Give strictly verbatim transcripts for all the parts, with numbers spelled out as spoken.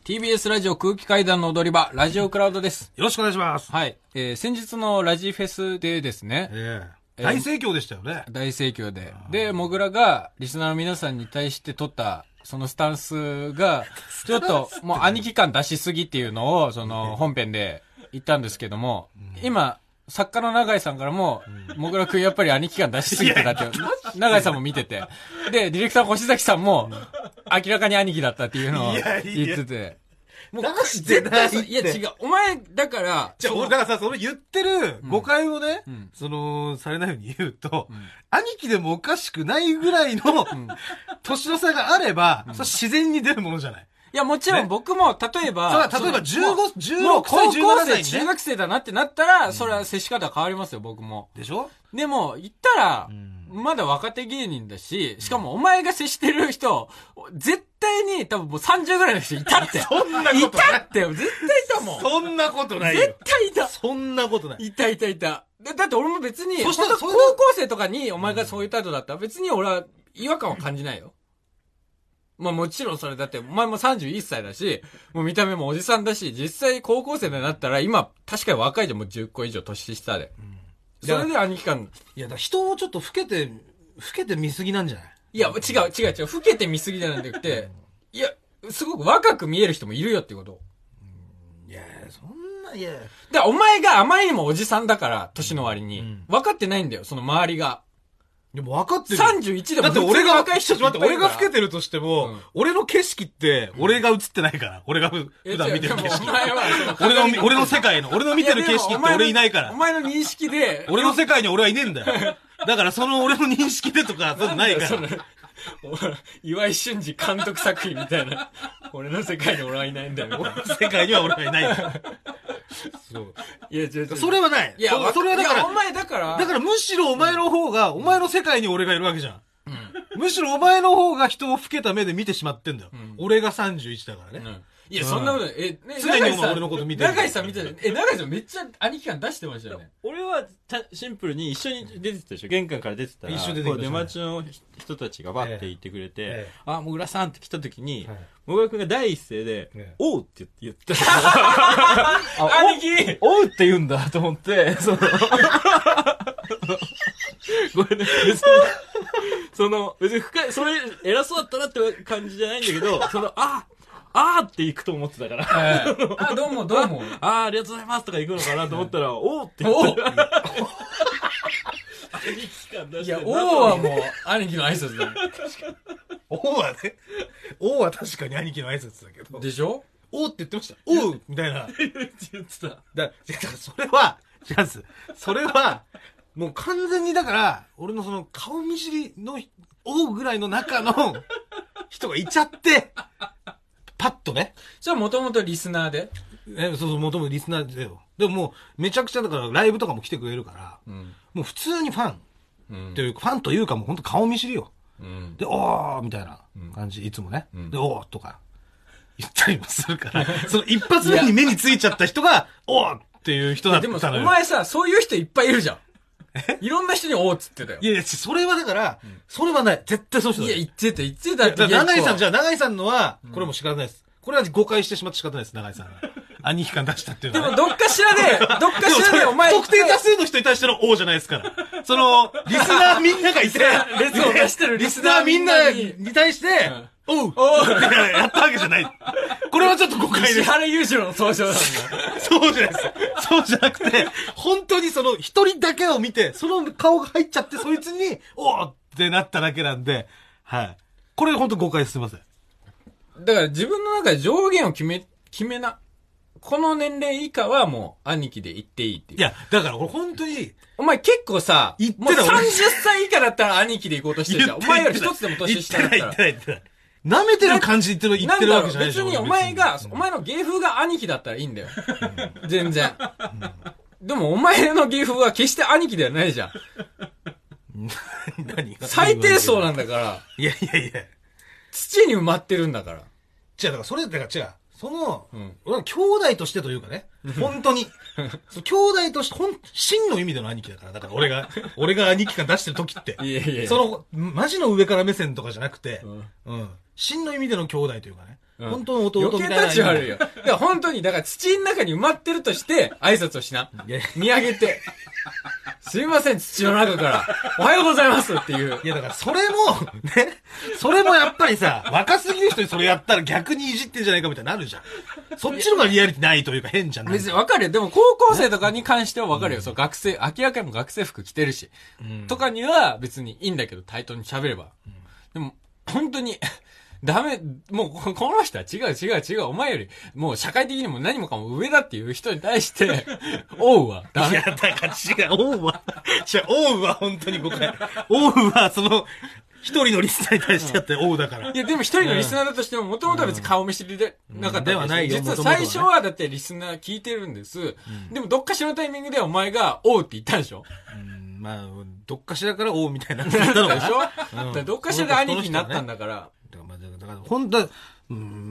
ティービーエス ラジオ空気階段の踊り場、ラジオクラウドです。 よろしくお願いします。 はい。えー、先日のラジフェスでですね。 えー、大盛況でしたよね。 大盛況で。で、モグラがリスナーの皆さんに対して取ったそのスタンスが、ちょっともう兄貴感出しすぎっていうのを、その本編で言ったんですけども、今、作家の永井さんからも、もぐらくんやっぱり兄貴感出しすぎてだって、永井さんも見てて。で、ディレクターの星崎さんも、明らかに兄貴だったっていうのを言ってて。 もう出してないって。 いや違う、お前、だから、 じゃあ、だからさ、その言ってる誤解をね、うん、その、されないように言うと、うん、兄貴でもおかしくないぐらいの、うん、年の差があれば、うん、それ自然に出るものじゃない。 いや、もちろん僕も、例えば、 ね、例えばじゅうご、じゅうろくさい、じゅうななさい、ね、 中学生だなってなったら、それは接し方変わりますよ、僕も。 でしょ？ でも、言ったら、うん、まだ若手芸人だし、しかもお前が接してる人、絶対に多分もうさんじゅうぐらいの人いたって。 そんなことない。いたって、絶対いたもん。 そんなことないよ。 絶対いた。 そんなことない。 いたいたいた。だって俺も別に、 そしたら高校生とかにお前がそういう態度だったら別に俺は違和感は感じないよ。まあもちろんそれだって、お前もさんじゅういっさいだし、もう見た目もおじさんだし、実際高校生になったら今、確かに若いじゃん、もうじゅっこ以上年下で。うん、それで兄貴感。 いや、だ人をちょっと老けて、老けて見すぎなんじゃない？ いや、違う違う違う、老けて見すぎじゃなくて、いや、すごく若く見える人もいるよってこと。 いや、そんな、いや。だからお前があまりにもおじさんだから、年の割に、うん。分かってないんだよ、その周りが。 でも分かってる。 さんじゅういちでもだって俺が若い人待って、俺が老けてるとしても、うん、俺の景色って、俺が映ってないから。俺が普段見てる景色。俺の、俺の世界の、俺の見てる景色って俺いないから。 お前の認識で。 俺の世界に俺はいねえんだよ。だからその俺の認識でとか、そうないから。 岩井俊二監督作品みたいな。俺の世界に俺はいないんだよ。 俺の世界には俺はいないんだよ。そう。 いや、違う違う。 それはない。 いや、それはだから。お前だから。 だからむしろお前の方が、お前の世界に俺がいるわけじゃん。うん、むしろお前の方が人を老けた目で見てしまってんだよ。うん、俺がさんじゅういちだからね。うん、 いや、そんなこと、え、ね、 常に俺のこと見てる。 長井さん見てる。え、長井さんめっちゃ兄貴感出してましたよね。 俺はシンプルに一緒に出てたでしょ。玄関から出てたら。一緒に出てた。出待ちの人たちがバッて言ってくれて、ええ、あ、もぐらさんって来た時に、もぐらくんが第一声で、ええ、おうって言ってた。 兄貴おうって言うんだと思って、その、ごめんね、別に、その、別に深い、それ偉そうだったなって感じじゃないんだけど、その、ああーって行くと思ってたから。 えー、あ、どうもどうも。 あー、ありがとうございますとか行くのかなと思ったら、おーって言ってた。兄貴感出して。 いや、おーはもう、兄貴の挨拶だね。 おーはね、おーは確かに兄貴の挨拶だけど。 でしょ？ おーって言ってました。おうみたいな。 言ってた。だ、 だからそれは、違うんです。それは、もう完全にだから、俺のその顔見知りの、おうぐらいの中の人がいちゃって、パッとね。 じゃあもともとリスナーでえ、そうそう、もともとリスナーでよ。でももう、めちゃくちゃだからライブとかも来てくれるから、うん、もう普通にファン。うん、というか、ファンというかもうほんと顔見知りよ。うん、で、おーみたいな感じ、いつもね。うん、で、おーとか言ったりもするから、その一発目に目についちゃった人が、おーっていう人だったのよ。 でもお前さ、そういう人いっぱいいるじゃん。いろんな人におーっつってたよ。 いやいや、それはだから、うん、それはない。絶対そういう人だ。 いや、言ってた、言ってたって。 長井さん、じゃあ長井さんのは、これも仕方ないです。これは誤解してしまって仕方ないです、長井さん。兄貴感出したっていうのは、 ね。でも、どっかしらで、どっかしらでお前。 特定多数の人に対しての王じゃないですから。その、リスナーみんながいて、 列を出してるリスナーみんなに対して、おうおうやったわけじゃない。これはちょっと誤解です。 石原裕次郎の登場なんだ。 そうじゃないです。そうじゃなくて、本当にその一人だけを見て、その顔が入っちゃって、そいつに、おーってなっただけなんで、はい。これ本当誤解すいません。 だから自分の中で上限を決め、決めな。この年齢以下はもう兄貴で言っていいっていう。 いや、だから俺本当に。 お前結構さ、 言ってもうさんじゅっさい以下だったら兄貴で行こうとしてるじゃん。お前より一つでも年下だったら。 言ってない言ってない言ってない。舐めてる感じで言ってる、言ってるわけじゃないでしょ。 別にお前が、お前の芸風が兄貴だったらいいんだよ。全然。でもお前の芸風は決して兄貴ではないじゃん。 何最低層なんだから。 いやいやいや。 土に埋まってるんだから。 違う、だからそれ、だから違う。その、うん、俺は兄弟としてというかね、本当に。兄弟として、ほん、真の意味での兄貴だから。だから俺が、俺が兄貴感出してる時って。 いやいやその、マジの上から目線とかじゃなくて、うん、うん。真の意味での兄弟というかね。 うん、 本当の弟みたいな。 余計立ち悪いよ。だから本当に、だから土の中に埋まってるとして、挨拶をしな。見上げて。すいません、土の中から。おはようございますっていう。 いや、だからそれも、ね、それもやっぱりさ、若すぎる人にそれやったら逆にいじってんじゃないかみたいになるじゃん。そっちの方がリアリティないというか変じゃない。 別にわかるよ。でも高校生とかに関してはわかるよ。うん、そう、学生、明らかにも学生服着てるし。うん、とかには別にいいんだけど、対等に喋れば。うん、でも、本当に、ダメ、もう、この人は違う違う違う、お前より、もう社会的にも何もかも上だっていう人に対して、王はダメ。 いや、だから違う、王は、違う、王は本当に誤解。王は、その、一人のリスナーに対してやって王だから。 いや、でも一人のリスナーだとしても、もともとは別に顔見知りでなかった、うん、 ではないよ。 実は最初はだってリスナー聞いてるんです。うん、でもどっかしらのタイミングでお前が王って言ったでしょ。 うん、まあ、どっかしらから王みたいになってたのでしょ、うん、だどっかしらで兄貴になったんだから。 だから本当は、うん、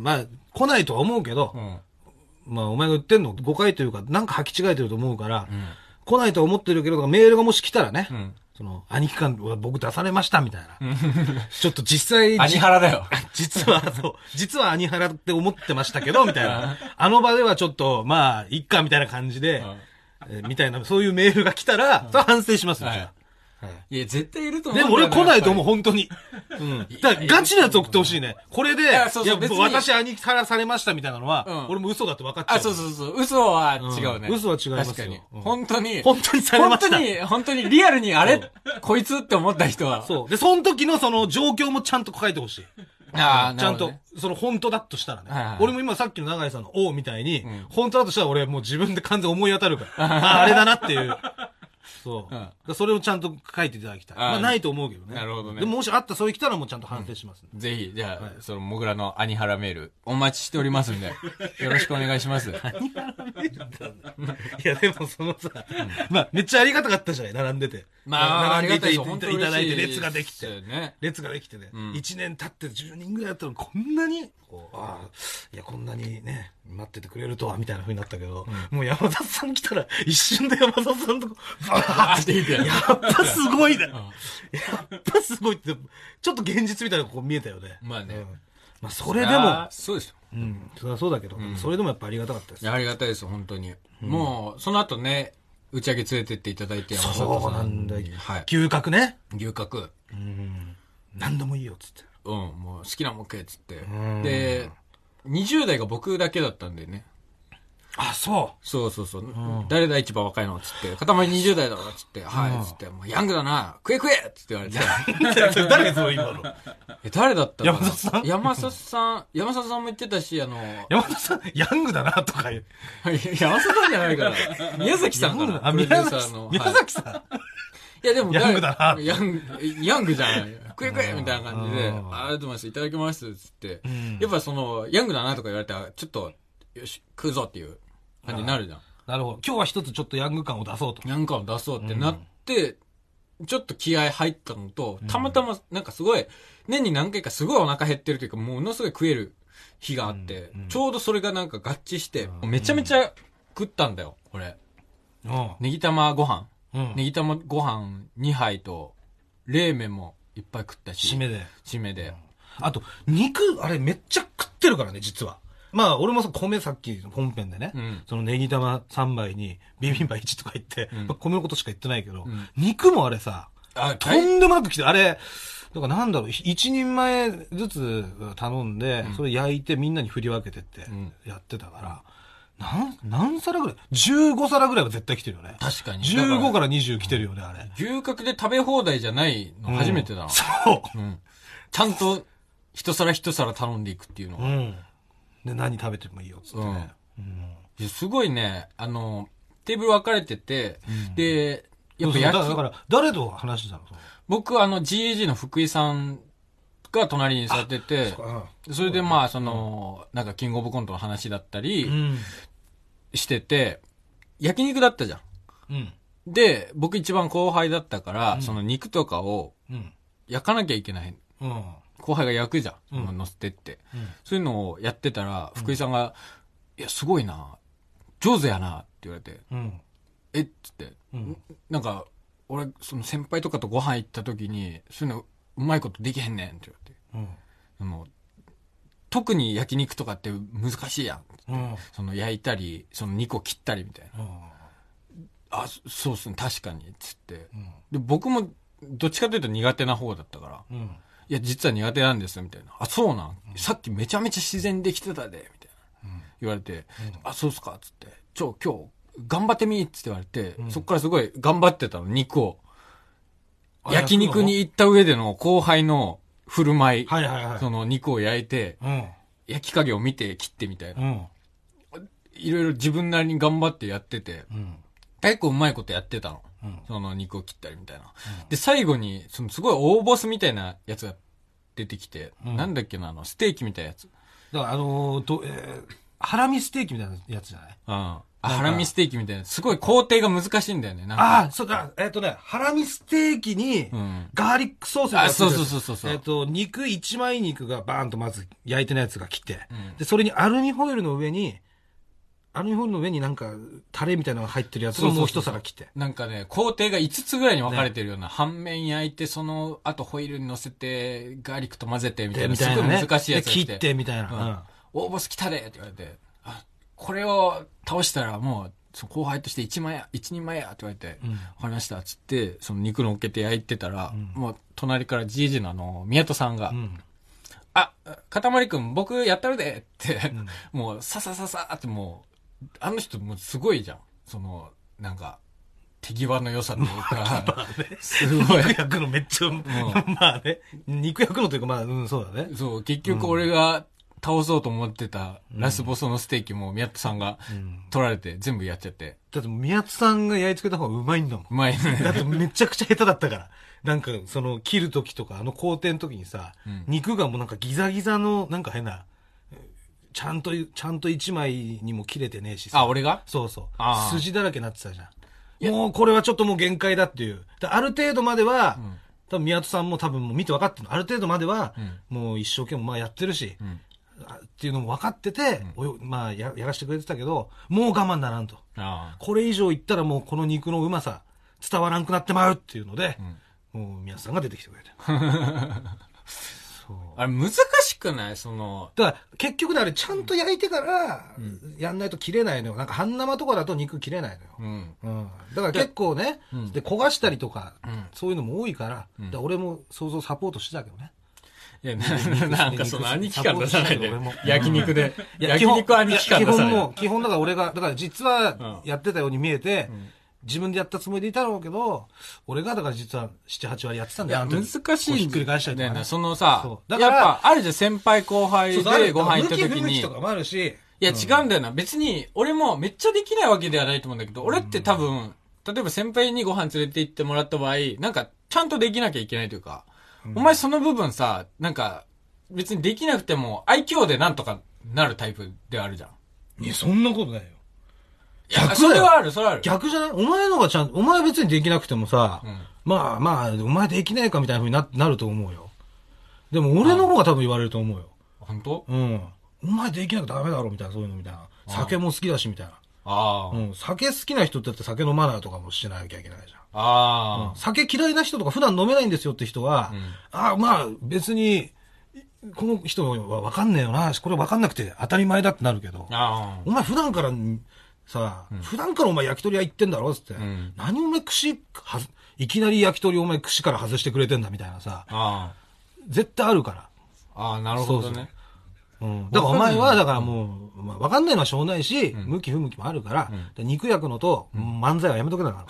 まあ、来ないとは思うけど、うん、まあ、お前が言ってんの誤解というか、なんか履き違えてると思うから、うん、来ないとは思ってるけど、メールがもし来たらね、うん、その、兄貴感は僕出されましたみたいな。ちょっと実際、 兄原だよ。 実は、そう、実は兄原って思ってましたけど、みたいな。あの場ではちょっと、まあ、いっか、みたいな感じで、えー、みたいな、そういうメールが来たら、それは反省しますよ。はいはい、いや、絶対いると思う。 でも俺来ないと思う、本当に。うん。だからガチなやつ送ってほしいね。これで、いや、そうそういや私兄貴からされましたみたいなのは、うん、俺も嘘だって分かっちゃう。 あ、そうそうそう。嘘は違うね。 うん、嘘は違いますよ。 確かに。うん、本当に。 本当にされました。 本当に、本当にリアルにあれ、こいつって思った人は。 そう。で、その時のその状況もちゃんと書いてほしい。ああ、ちゃんと、その本当だとしたらね。はいはい、俺も今さっきの永井さんの王みたいに、うん、本当だとしたら俺もう自分で完全思い当たるから。ああ、あれだなっていう。そう。うん、それをちゃんと書いていただきたい。まあないと思うけどね。 なるほどね。 でももしあったそういう来たらもうちゃんと反省します、ねうん。ぜひ、じゃあ、はい、その、もぐらの兄原メール、お待ちしておりますんで、よろしくお願いします。兄原メールなんだ。いや、でもそのさ、うん、まあめっちゃありがたかったじゃない、並んでて。 まあ、並んでいていただいて、列ができて。 ね、 列ができてね。一、うん、年経ってじゅうにんぐらいやったらこんなに、ああ、いや、こんなにね、待っててくれるとは、みたいな風になったけど、うん、もう山田さん来たら、一瞬で山田さんとこ、バーって言って、やっぱすごいね。やっぱすごいって、ちょっと現実みたいなこう見えたよね。 まあね。うん、 まあ、それでも、 そうですよ。 うん。それはそうだけど、うん、それでもやっぱありがたかったです。 いや、ありがたいです、本当に。うん、もう、その後ね、打ち上げ連れてっていただいて、 山里さん。そうなんだよ。はい。牛角ね。 牛角。 うん。何でもいいよ、つって。 うん、もう好きなもん食え、つって。で、にじゅう代が僕だけだったんでね。 あ、そう。 そうそうそう。うん、誰だ一番若いのつって。塊にじゅう代だろつって。はい。つって。もうヤングだな。食え食えつって言われて。 誰その今の。 え、誰だったの山里さん山里さん、山里さんも言ってたし、あの、 山里さん、ヤングだなとか言う。 山里さんじゃないから。宮崎さんかな。 あ、宮崎の。宮崎さん。 いやでも、 ヤングだな。 ヤング、ヤングじゃない。食え食えみたいな感じで、ありがとうございます。いただきます。つって。やっぱその、ヤングだなとか言われたら、ちょっと、よし、食うぞっていう感じになるじゃん。 なるほど。今日は一つちょっとヤング感を出そうと。 ヤング感を出そうってなって、ちょっと気合入ったのと、たまたまなんかすごい、年に何回かすごいお腹減ってるというか、ものすごい食える日があって、ちょうどそれがなんか合致して、めちゃめちゃ食ったんだよ、俺。ネギ玉ご飯。ネギ玉ご飯にはいと、冷麺もいっぱい食ったし。 締めで。 締めで。 あと、肉、あれめっちゃ食ってるからね、実は。まあ、俺もさ、米さっき本編でね、うん、そのネギ玉さんばいにビビンバいちとか言って、うんまあ、米のことしか言ってないけど、うん、肉もあれさ、あとんでもなく来て、あれ、だからなんだろう、一人前ずつ頼んで、うん、それ焼いてみんなに振り分けてってやってたから、何、何皿ぐらい ?じゅうご 皿ぐらいは絶対来てるよね。 確かに。 じゅうごからにじゅう来てるよね、あれ。 牛角で食べ放題じゃないの初めてだな。うん、 そう、うん。 ちゃんと一皿一皿頼んでいくっていうのは。うん。 で、何食べてもいいよ、つってね。 うん。すごいね、あの、テーブル分かれてて、うん、で、 やっぱ焼き、だから、誰と話してたの？ 僕、あの、ジーエージー の福井さんが隣に座ってて、それでまあ、その、なんかキングオブコントの話だったり、してて、焼肉だったじゃん。うん、で、僕一番後輩だったから、うん、その肉とかを焼かなきゃいけない。うん、後輩が焼くじゃん。うん、乗せてって、うん。そういうのをやってたら、福井さんが、いや、すごいな。上手やな。って言われて。うん、えっつって、うん。なんか、俺、その先輩とかとご飯行った時に、そういうのうまいことできへんねんって言われて。うん、あの特に焼肉とかって難しいやん。 うん、 その焼いたり、その肉を切ったりみたいな。うん、あ、そうっすね、確かに、つって。うん、で、僕も、どっちかというと苦手な方だったから、うん、いや、実は苦手なんですみたいな。あ、そうなん、うん、さっきめちゃめちゃ自然できてたで、みたいな。うん、言われて、うん、あ、そうっすか、つって。ちょ、今日、頑張ってみーって言われて、うん、そっからすごい頑張ってたの、肉を。焼肉に行った上での後輩の振る舞い、 はいはいはい、 その肉を焼いて、うん、焼き加減を見て切ってみたいな。うん、いろいろ自分なりに頑張ってやってて、うん、結構うまいことやってたの。うん、その肉を切ったりみたいな。うん、で、最後に、そのすごい大ボスみたいなやつが出てきて、うん、なんだっけな、あの、ステーキみたいなやつ。 だからあのー、と、えー、ハラミステーキみたいなやつじゃない？ うん。あ、ハラミステーキみたいな。すごい工程が難しいんだよね。なんかああ、そうだ。えっ、ー、とね、ハラミステーキに、ガーリックソースが、 うん、あ、そうそうそうそう。 えっ、ー、と、肉、一枚肉がバーンとまず焼いてないやつが来て、うん、で、それにアルミホイルの上に、アルミホイルの上になんか、タレみたいなのが入ってるやつをもう一皿来て。 なんかね、工程がいつつぐらいに分かれてるような、ね、半面焼いて、その後ホイルに乗せて、ガーリックと混ぜてみたいな、すごい難しいやつが来て。 切ってみたいな。 うん。大ボス来たでって言われて、あ、これを倒したらもう、その後輩として一枚や、一人前やって言われて、うん、わかりましたっつって、その肉乗っけて焼いてたら、うん、もう隣からじいじのあの、宮戸さんが、うん、あ、かたまりくん僕やったるでって、うん、もうささささってもう、あの人もうすごいじゃん。その、なんか、手際の良さというか、まあね、すごい。 肉焼くのめっちゃ、まあね、肉焼くのというかまあ、うん、そうだね。 そう、結局俺が、倒そうと思ってたラスボスのステーキも宮津さんが取られて全部やっちゃって。 だって宮津さんが焼いつけた方がうまいんだもん。 うまいね。 だってめちゃくちゃ下手だったから。なんかその切る時とかあの工程の時にさ、うん、肉がもうなんかギザギザのなんか変な、ちゃんと、ちゃんと一枚にも切れてねえしさ。 あ、俺がそうそう。筋だらけになってたじゃん。もうこれはちょっともう限界だっていう。ある程度までは、うん、多分宮津さんも多分もう見て分かってる。ある程度までは、うん、もう一生懸命まあやってるし、うんっていうのも分かってて、うん、まあや、やらせてくれてたけど、もう我慢ならんと。あこれ以上いったらもうこの肉のうまさ、伝わらんくなってまうっていうので、うん、もう宮津さんが出てきてくれて。 そうあれ難しくないその。 だから結局ね、あれちゃんと焼いてから、やんないと切れないのよ。なんか半生とかだと肉切れないのよ。うんうん、だから結構ね、で焦がしたりとか、うん、そういうのも多いから、うん、から俺も想像サポートしてたけどね。 いや、な、なんかその兄貴感出さないで。焼肉で。焼肉兄貴感出さないで。 基本も、基本だから俺が、だから実はやってたように見えて、うん、自分でやったつもりでいたろうけど、俺がだから実はなな、はち割やってたんだよ。 いや、難しい。 ひっくり返したりとか、ね。 そのさ、だからやっぱあるじゃん、先輩後輩でご飯行った時に。 向きとかもあるし。 いや、違うんだよな。別に、俺もめっちゃできないわけではないと思うんだけど、俺って多分、例えば先輩にご飯連れて行ってもらった場合、なんか、ちゃんとできなきゃいけないというか、うん、お前その部分さ、なんか、別にできなくても愛嬌でなんとかなるタイプであるじゃん。 いや、そんなことないよ。 逆だよ。それはある、それはある。 逆じゃない？お前のがちゃん、お前別にできなくてもさ、うん、まあまあ、お前できないかみたいな風に な, なると思うよ。でも俺の方が多分言われると思うよ。 本当？ うん。お前できなくてダメだろみたいな、そういうのみたいな。酒も好きだしみたいな。ああ。うん。酒好きな人ってだって酒飲まないとかもしなきゃいけないじゃん。ああ、うん。酒嫌いな人とか普段飲めないんですよって人は、うん、ああ、まあ別に、この人は分かんねえよな。これ分かんなくて当たり前だってなるけど。ああ。お前普段からさ、うん、普段からお前焼き鳥屋行ってんだろつって。うん、何お前串は、いきなり焼き鳥お前串から外してくれてんだみたいなさ。ああ。絶対あるから。 ああ、なるほどね。そうそううん、だからお前は、だからもう、まあ、分かんないのはしょうがないし、うん、向き不向きもあるから、うん、肉焼くのと、うん、漫才はやめとけだから。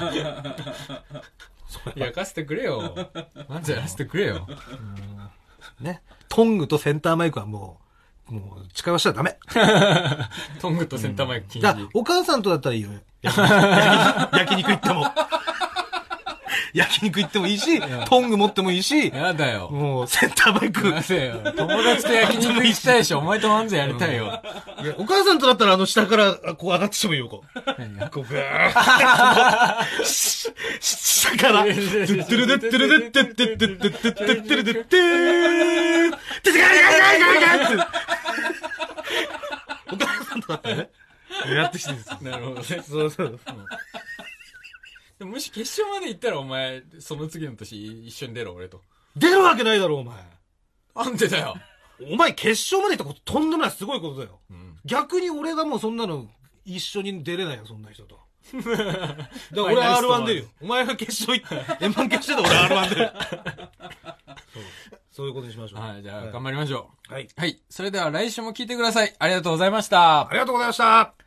焼かせてくれよ。漫才やらせてくれよ。 うん、ね。トングとセンターマイクはもう、もう、近寄しちゃダメ。 トングとセンターマイク禁止。 じゃあ、お母さんとだったらいいよ。焼肉, 焼肉行っても。焼肉行ってもいいし、トング持ってもいいし。 やだよ。 もう、センターマイク。 やだよ。友達と焼肉行きたいし、お前と漫才やりたいよ。 うん、いやお母さんとだったら、あの、下から、こう上がってしてもいいよ、こう。こう、ぐーッ。下から、トゥットゥルドゥットゥルドゥットゥットゥットゥットゥットゥットゥットゥルドゥットゥーットゥガガガガガガって。お母さんとだったらね。やってきてるんですよ。 なるほどね。 そうそう。 でももし決勝まで行ったらお前、その次の年一緒に出ろ、俺と。 出るわけないだろ、お前。 なんでだよ。 お前決勝まで行ったこととんでもないすごいことだよ。うん、逆に俺がもうそんなの一緒に出れないよ、そんな人と。だから俺 アールワン 出るよ。お前が決勝行って、エムワン 決勝で俺 アールワン 出る。そう。そういうことにしましょう。 はい、じゃあ頑張りましょう。はい。 はい。それでは来週も聞いてください。ありがとうございました。 ありがとうございました。